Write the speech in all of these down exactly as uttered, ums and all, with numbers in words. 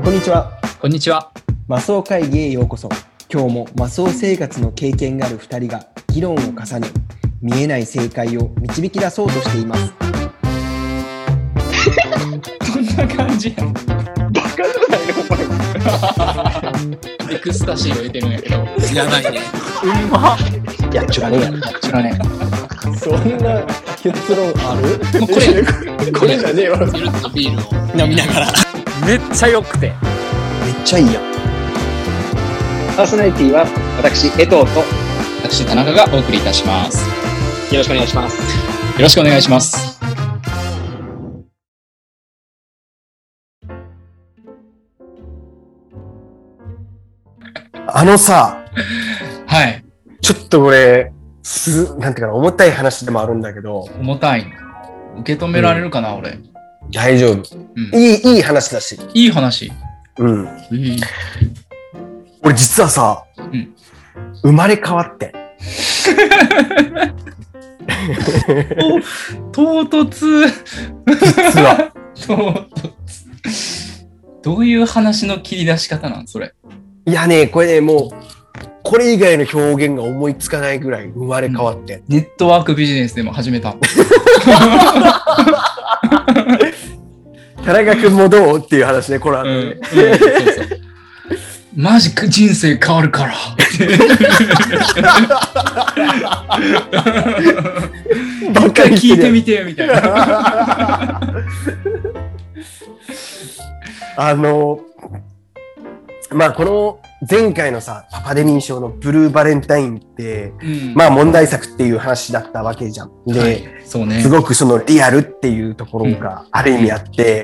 こんにちは。 こんにちは。 マスオ会議へようこそ。今日もマスオ生活の経験があるふたりが議論を重ね、見えない正解を導き出そうとしています。 こんな感じやん。 バカじゃないのこれ。 エクスタシーを入れてるんやけど。やばいね。 うんまやっちゅらねえやろ。 こちらね。 そんな結論ある？ もうこれ、 これじゃねえわ。 ビールとビールを飲みながら。 めっちゃ良くて。 めっちゃいいやん。 パーソナリティは私、江藤とよ私、田中がお送りいたします。 ろしくお願いします。 よろしくお願いします。 あのさ、 はい。 ちょっとこれ、す、なんていうかな、重たい話でもあるんだけど、 重たい。受け止められるかな、俺。 大丈夫。 うん。 いい、いい話だし。 いい話。 うん。 いい。 俺実はさ、 うん生まれ変わってん。 唐突。 実は。 唐突。どういう話の切り出し方なんそれ。 いやね、これね、もう、これ以外の表現が思いつかないぐらい生まれ変わってん。 ネットワークビジネスでも始めた。 田中君もどうっていう話ね、これはね。 うんうん、そうそうマジか人生変わるから。 ばっかり聞いてみてみたいな。 あの、まあこの前回のさ、アカデミー賞のブルーバレンタインって、 うん、 まあ問題作っていう話だったわけじゃん。で、 はい、そうね、 すごくそのリアルっていうところがある意味あって、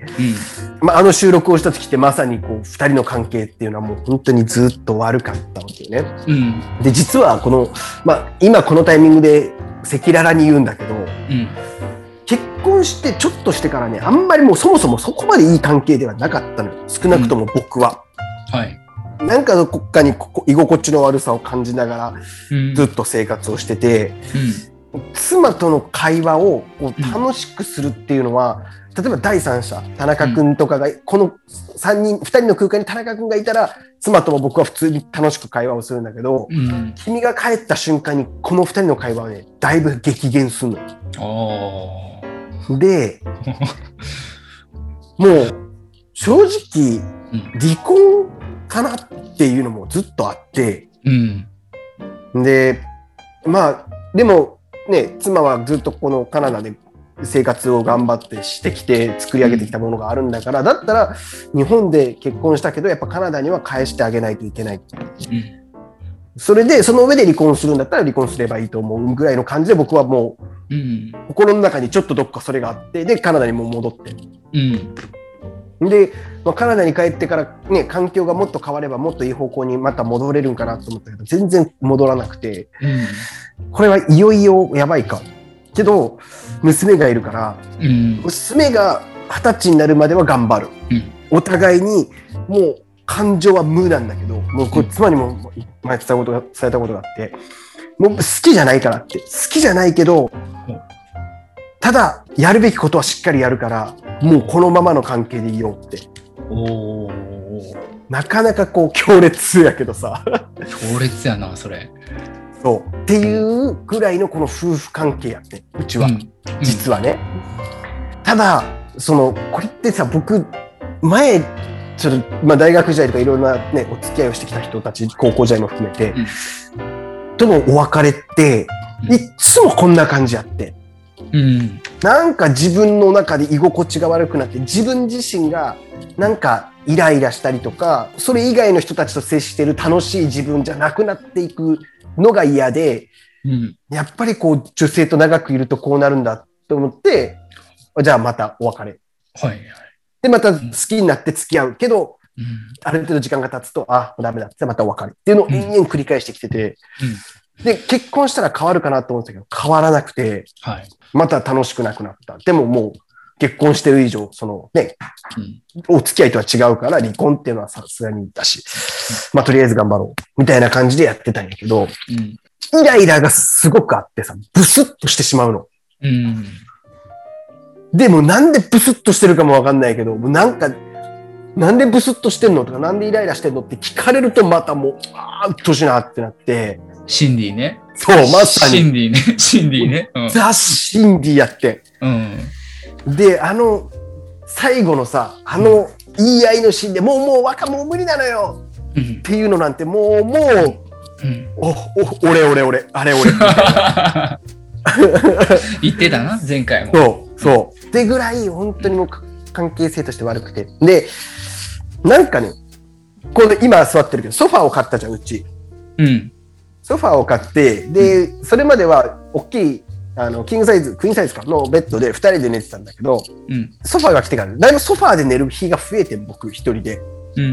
うんまああの収録をした時ってまさにこう二人の関係っていうのはもう本当にずっと悪かったわけよね。 うん、 で、実はこの、まあ今このタイミングで赤裸々に言うんだけど、 うん結婚してちょっとしてからね、あんまりもうそもそもそこまでいい関係ではなかったのよ。少なくとも僕は。 うん、はい。 なんかどこかにここ居心地の悪さを感じながらずっと生活をしてて、うん、妻との会話をこう楽しくするっていうのは、うん、例えば第三者、田中くんとかが、うん、このさんにん、ふたりの空間に田中くんがいたら、妻とも僕は普通に楽しく会話をするんだけど、うん、君が帰った瞬間にこのふたりの会話はね、だいぶ激減するのよ。で、もう正直、離婚かなっていうのもずっとあって、うん、で、まあ、でもね、妻はずっとこのカナダで生活を頑張ってしてきて作り上げてきたものがあるんだから、だったら日本で結婚したけど、やっぱカナダには返してあげないといけない。うん、それで、その上で離婚するんだったら離婚すればいいと思うぐらいの感じで僕はもう、うん、心の中にちょっとどっかそれがあって、で、カナダにも戻って。うんで、まあ、カナダに帰ってからね、環境がもっと変わればもっといい方向にまた戻れるんかなと思ったけど、全然戻らなくて、うん、これはいよいよやばいか。けど、娘がいるから、うん、娘が二十歳になるまでは頑張る。うん、お互いにもう感情は無なんだけど、もうこれ妻にも前伝えたことが、伝えたことがあって、もう好きじゃないからって、好きじゃないけど、ただやるべきことはしっかりやるからもうこのままの関係でいようって。おなかなかこう強烈やけどさ強烈やなそれ。 そうっていうぐらいのこの夫婦関係やってうちは、うん、実はね、うん、ただそのこれってさ僕前ちょっと、まあ、大学時代とかいろんなねお付き合いをしてきた人たち高校時代も含めて、うん、とのお別れっていっつもこんな感じやって。うん、なんか自分の中で居心地が悪くなって自分自身がなんかイライラしたりとかそれ以外の人たちと接してる楽しい自分じゃなくなっていくのが嫌で、うん、やっぱりこう女性と長くいるとこうなるんだと思ってじゃあまたお別れ、はいはい、でまた好きになって付き合うけど、うん、ある程度時間が経つとあダメだってまたお別れっていうのを延々繰り返してきてて、うんうんで、結婚したら変わるかなと思ってたけど、変わらなくて、はい、また楽しくなくなった。でももう、結婚してる以上、そのね、うん、お付き合いとは違うから離婚っていうのはさすがにだし、うん、まあとりあえず頑張ろう、みたいな感じでやってたんやけど、うん、イライラがすごくあってさ、ブスッとしてしまうの。うん、でもなんでブスッとしてるかもわかんないけど、もうなんか、 なんでブスッとしてんのとか、なんでイライラしてんのって聞かれるとまたもう、あーうっとしいなってなって。 シンディね。 そう、まさに。 シンディね。シンディね。 うん、ザ・シンディやって。うん。で、あの、最後のさ、あの言い合いのシーンでもうもう若もう無理なのよ、うん、っていうのなんてもうもう、うん、おお俺俺俺あれ俺言ってたな前回も。 そうそうってぐらい本当にもう関係性として悪くて、でなんかねこれ今座ってるけどソファーを買ったじゃんうち、うん、ソファーを買ってで、うん、それまでは大きいあのキングサイズクイーンサイズかのベッドでふたりで寝てたんだけど、うん、ソファーが来てからだいぶソファーで寝る日が増えて僕一人で、うん、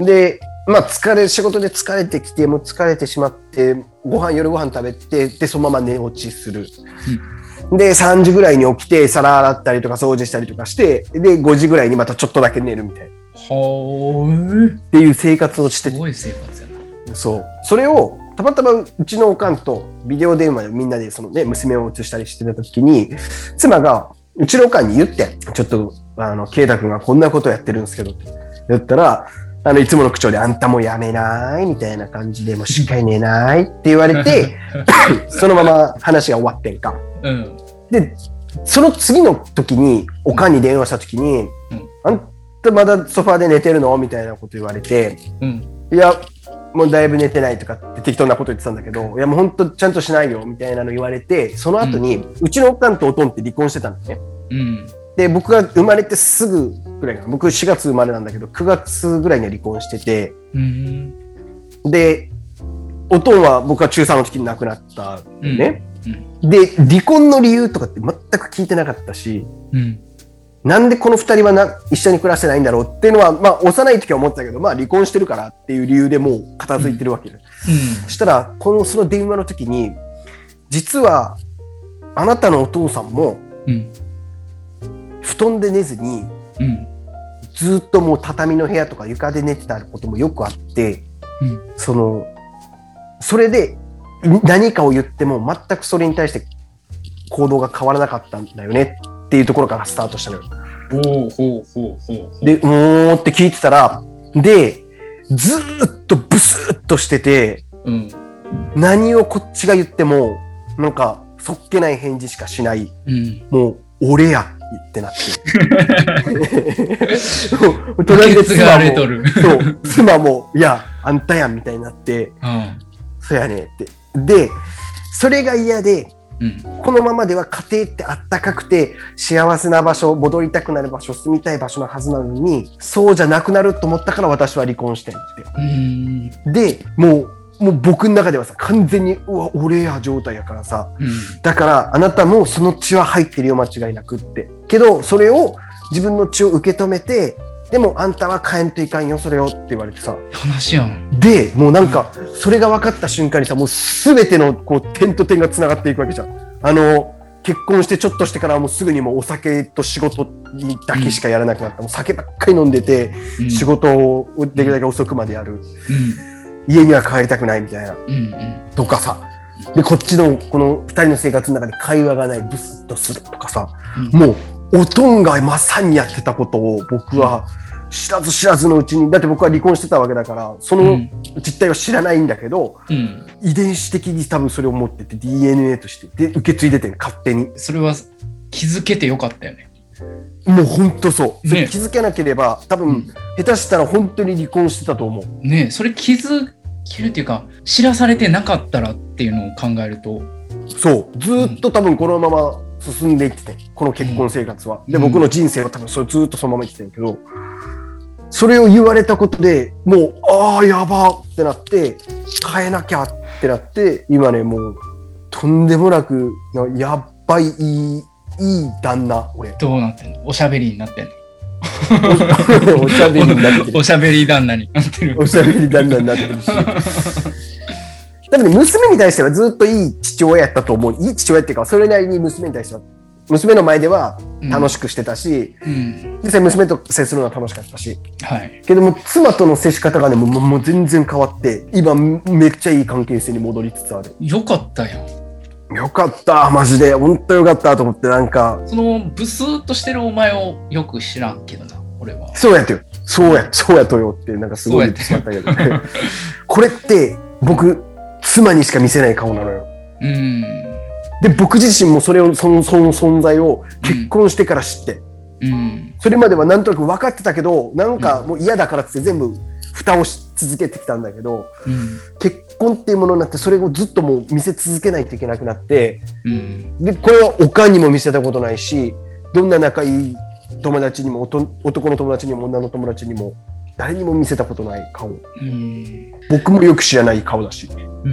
でまあ疲れ仕事で疲れてきてもう疲れてしまってご飯夜ご飯食べてでそのまま寝落ちする、うん、でさんじぐらいに起きて皿洗ったりとか掃除したりとかしてでごじぐらいにまたちょっとだけ寝るみたいなはーっていう生活をしてて、すごい生活やな。そうそれをたまたまうちのおかんとビデオ電話でみんなでそのね娘を映したりしてた時に妻がうちのおかんに言ってちょっとあの圭太君がこんなことやってるんですけどって言ったらあのいつもの口調であんたもやめないみたいな感じでもうしっかり寝ないって言われてそのまま話が終わってんか、うん、でその次の時におかんに電話した時に、うん、あんたまだソファーで寝てるのみたいなこと言われて、うん、いやもうだいぶ寝てないとかって適当なこと言ってたんだけど、いやもうほんとちゃんとしないよみたいなの言われて、その後に、うん、うちのおかんとおとんって離婚してたんだね、うん、で僕が生まれてすぐぐらいかな、僕しがつ生まれなんだけどくがつぐらいには離婚してて、うん、でおとんは僕がちゅうさんの時に亡くなったね、うんうん、で離婚の理由とかって全く聞いてなかったし、うん、なんでこの二人はな一緒に暮らしてないんだろうっていうのは、まあ幼い時は思ってたけど、まあ離婚してるからっていう理由でもう片付いてるわけで、うんうん、そしたらこのその電話の時に実はあなたのお父さんも、うん、布団で寝ずに、うん、ずっともう畳の部屋とか床で寝てたこともよくあって、うん、そのそれで何かを言っても全くそれに対して行動が変わらなかったんだよねっていうところからスタートしたのよ。ほうほうほうほうほう。で、うーんって聞いてたら、で、ずーっとブスーっとしてて、うん、何をこっちが言っても、なんか、そっけない返事しかしない。うん、もう、俺やってなって。隣で妻も、そう、妻も、いや、あんたやんみたいになって、うん、そうやねって。で、それが嫌で、うん、このままでは家庭ってあったかくて幸せな場所、戻りたくなる場所、住みたい場所のはずなのにそうじゃなくなると思ったから私は離婚してんって。でもう、もう僕の中ではさ完全にうわ俺や状態やからさ、うん、だからあなたもその血は入ってるよ間違いなくってけどそれを自分の血を受け止めてでもあんたは変えんといかんよそれをって言われてさ話やんでもうなんかそれが分かった瞬間にさもう全てのこう点と点がつながっていくわけじゃん。あの結婚してちょっとしてからもうすぐにもうお酒と仕事にだけしかやらなくなった、うん、もう酒ばっかり飲んでて、うん、仕事をできるだけ遅くまでやる、うん、家には帰りたくないみたいな、うんうん、とかさでこっちのこのふたりの生活の中で会話がないブスッとするとかさ、うん、もうおとんがまさにやってたことを僕は知らず知らずのうちにだって僕は離婚してたわけだからその実態は知らないんだけど、うん、遺伝子的に多分それを持ってて ディーエヌエー としてで受け継いでて勝手にそれは気づけてよかったよね。 もうほんとそう、ね、気づけなければ多分、うん、下手したら本当に離婚してたと思うね。それ気づけるっていうか知らされてなかったらっていうのを考えるとそうずっと多分このまま進んでいっててこの結婚生活は、うん、で僕の人生は多分それずっとそのまま生きてるけどそれを言われたことでもうああやばってなって変えなきゃってなって今ねもうとんでもなくやっばいいいいい旦那俺どうなってんのおしゃべりになってんのおしゃべりになってるおしゃべり旦那になってるおしゃべり旦那になってるし多分ね娘に対してはずっといい父親やったと思う。いい父親っていうかそれなりに娘に対しては娘の前では楽しくしてたし、うん、実際娘と接するのは楽しかったし、はい、けども妻との接し方がねもう、もう全然変わって今めっちゃいい関係性に戻りつつある。 よかったよ。 よかったマジで本当よかったと思ってなんかそのブスーっとしてるお前をよく知らんけどな俺は。 そうやってよ。そうや、そうやとよって、なんかすごい言ってしまったけど。これって、僕、妻にしか見せない顔なのよ。 うん。 で、僕自身もそれを、その、その存在を結婚してから知って。 うん。 それまではなんとなく分かってたけど、なんかもう嫌だからって全部蓋をし続けてきたんだけど、うん、結婚っていうものになってそれをずっともう見せ続けないといけなくなって、うん、でこれはおかんにも見せたことないし、どんな仲いい友達にも男の友達にも女の友達にも誰にも見せたことない顔、うん、僕もよく知らない顔だし、 うん、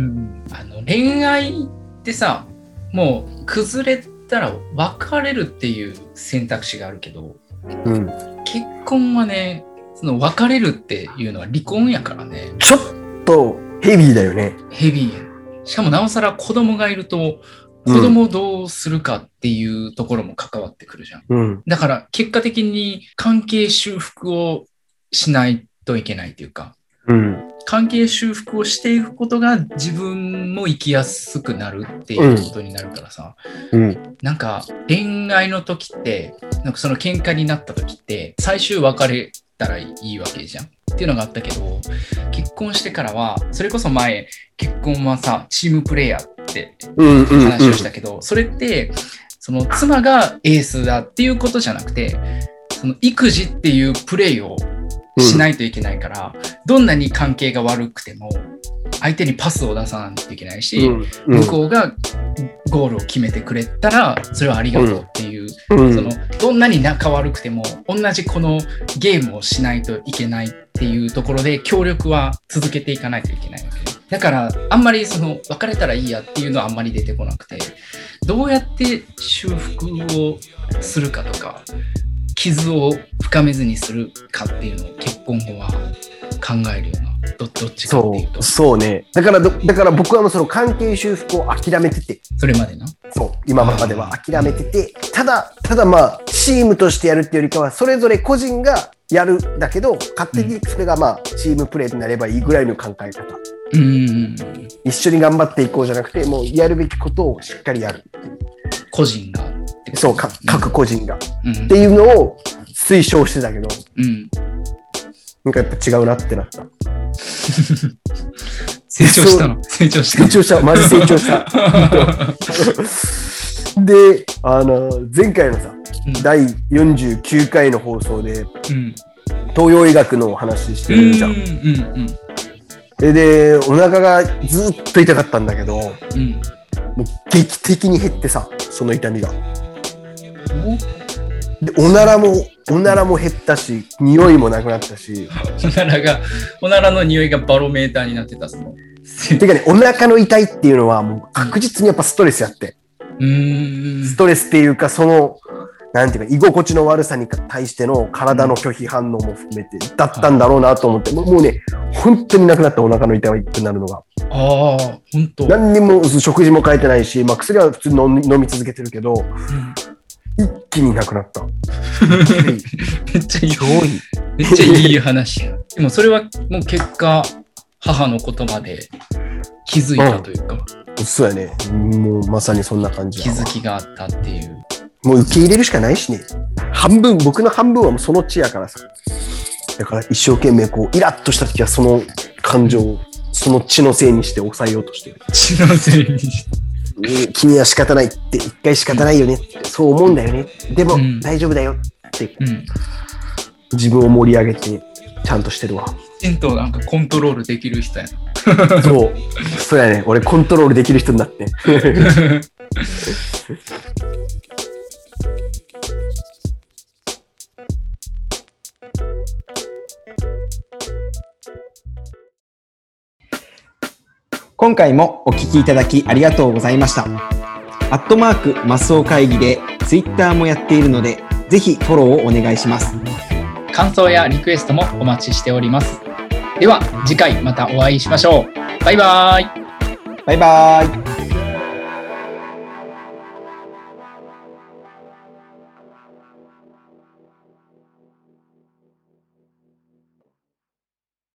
あの恋愛ってさ、もう崩れたら別れるっていう選択肢があるけど、うん、結婚はね、その別れるっていうのは離婚やからね。 ちょっとヘビーだよね。 ヘビー。しかもなおさら子供がいると、子供をどうするかっていうところも関わってくるじゃん。うん、だから結果的に関係修復をしないといけないというか、うん、関係修復をしていくことが自分も生きやすくなるっていうことになるからさ、うんうん、なんか恋愛の時ってなんかその喧嘩になった時って最終別れたらいいわけじゃんっていうのがあったけど、結婚してからはそれこそ前結婚はさチームプレイヤーって話をしたけど、うんうんうん、それってその妻がエースだっていうことじゃなくて、その育児っていうプレイをしないといけないから、うん、どんなに関係が悪くても相手にパスを出さないといけないし、うんうん、向こうがゴールを決めてくれたらそれはありがとうっていう、うん、そのどんなに仲悪くても同じこのゲームをしないといけないっていうところで協力は続けていかないといけないわけだからあんまりその別れたらいいやっていうのはあんまり出てこなくて、どうやって修復をするかとか傷を深めずにするかっていうのを結婚後は考えるような、 ど, どっちかっていうとそう、そうね、だからだから僕はもうその関係修復を諦めてて、 それまでな、 そう今までは諦めてて、ただただまあチームとしてやるっていうよりかはそれぞれ個人がやるだけど勝手にそれがまあチームプレーになればいいぐらいの考え方、うん、一緒に頑張っていこうじゃなくて、もうやるべきことをしっかりやるっていう、 個人がそうか各個人が、うん、っていうのを推奨してたけど、うん、なんかやっぱ違うなってなった。 成長したの成長した成長したマジ成長したで、あの前回のさ、うん、だいよんじゅうきゅうかいの放送で、うん、東洋医学の話してるじゃん、うんうんうん、でお腹がずっと痛かったんだけど、うん、もう劇的に減ってさ、その痛みが。でおならもおならも減ったし、匂いもなくなったし、 おならがおならの匂いがバロメーターになってた。そのてかね、お腹の痛いっていうのはもう確実にやっぱストレスやって、うーん、ストレスっていうか、そのなんていうか居心地の悪さに対しての体の拒否反応も含めてだったんだろうなと思って、もう、もうね本当になくなった、お腹の痛いってなるのが。 ああ本当。 何にも食事も変えてないし、まあ、薬は普通に飲み、飲み続けてるけど、うん、一気になくなった。めっちゃいい。めっちゃいい話や。でもそれはもう結果、母の言葉で気づいたというか。 うん、そうやね。もうまさにそんな感じ。 気づきがあったっていう。 もう受け入れるしかないしね。半分、僕の半分はもうその血やからさ。だから一生懸命こう、イラッとした時はその感情を、その血のせいにして抑えようとしてる。 血のせいにして。 君は仕方ないって、一回仕方ないよねって、そう思うんだよね、でも、うん、大丈夫だよって、うん、自分を盛り上げてちゃんとしてるわ。 きちんとなんかコントロールできる人やな。そうそうやね、俺コントロールできる人になって今回もお聞きいただきありがとうございました。アットマークマスオ会議でツイッターもやっているので、ぜひフォローをお願いします。 感想やリクエストもお待ちしております。では次回またお会いしましょう。バイバーイ。 バイバーイ。